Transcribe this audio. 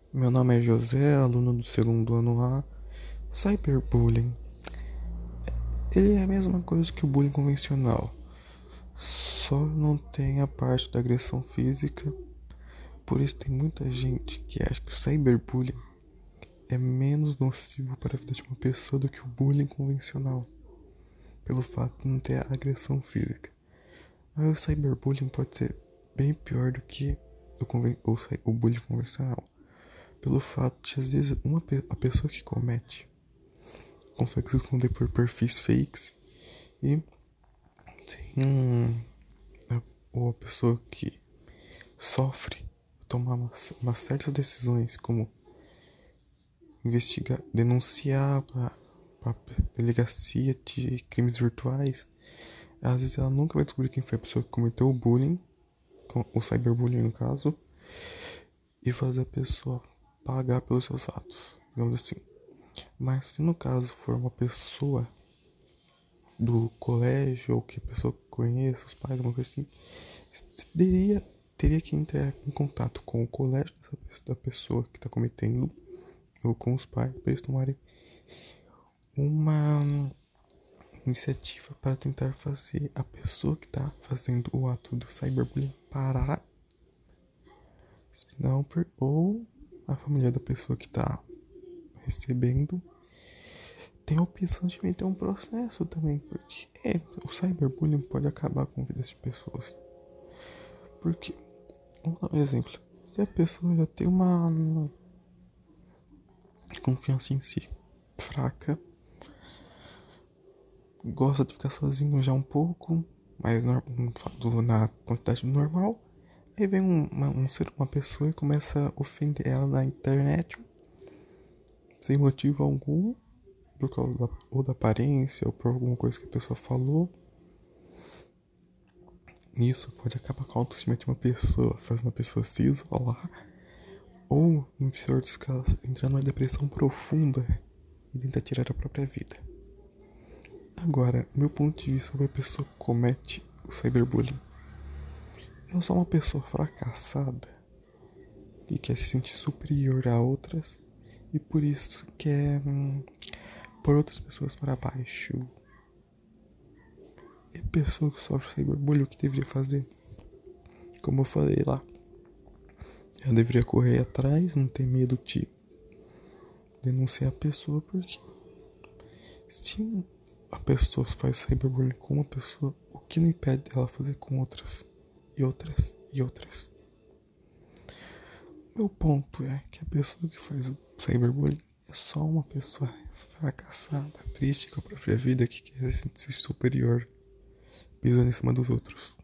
Meu nome é José, aluno do segundo ano A. Cyberbullying. Ele é a mesma coisa que o bullying convencional, só não tem a parte da agressão física. Por isso tem muita gente que acha que o cyberbullying é menos nocivo para a vida de uma pessoa do que o bullying convencional, pelo fato de não ter a agressão física. Mas o cyberbullying pode ser bem pior do que o bullying convencional, pelo fato de às vezes a pessoa que comete consegue se esconder por perfis fakes e tem ou a pessoa que sofre tomar umas certas decisões, como investigar, denunciar para delegacia de crimes virtuais. Às vezes ela nunca vai descobrir quem foi a pessoa que cometeu o bullying, o cyberbullying no caso, e fazer a pessoa pagar pelos seus atos, digamos assim. Mas se no caso for uma pessoa do colégio ou que a pessoa conheça, os pais, alguma coisa assim, teria, teria que entrar em contato com o colégio da pessoa que está cometendo ou com os pais para eles tomarem uma iniciativa para tentar fazer a pessoa que está fazendo o ato do cyberbullying parar, senão, ou a família da pessoa que está recebendo tem a opção de meter um processo também, porque o cyberbullying pode acabar com vidas de pessoas. Porque, vamos dar um exemplo, se a pessoa já tem uma confiança em si fraca, gosta de ficar sozinho já um pouco, mas na quantidade normal, aí vem uma pessoa e começa a ofender ela na internet, sem motivo algum, por causa ou da aparência, ou por alguma coisa que a pessoa falou. Isso pode acabar com a autoestima de uma pessoa, fazendo a pessoa se isolar, ou, em pior dos casos, entrar numa depressão profunda e tentar tirar a própria vida. Agora, meu ponto de vista sobre a pessoa que comete o cyberbullying. Eu sou uma pessoa fracassada que quer se sentir superior a outras e por isso quer pôr outras pessoas para baixo. E a pessoa que sofre cyberbullying, o que deveria fazer? Como eu falei lá, ela deveria correr atrás, não ter medo de denunciar a pessoa, porque se a pessoa faz cyberbullying com uma pessoa, o que não impede dela fazer com outras e outras e outras? Meu ponto é que a pessoa que faz o cyberbullying é só uma pessoa fracassada, triste com a própria vida, que quer se sentir superior, pisando em cima dos outros.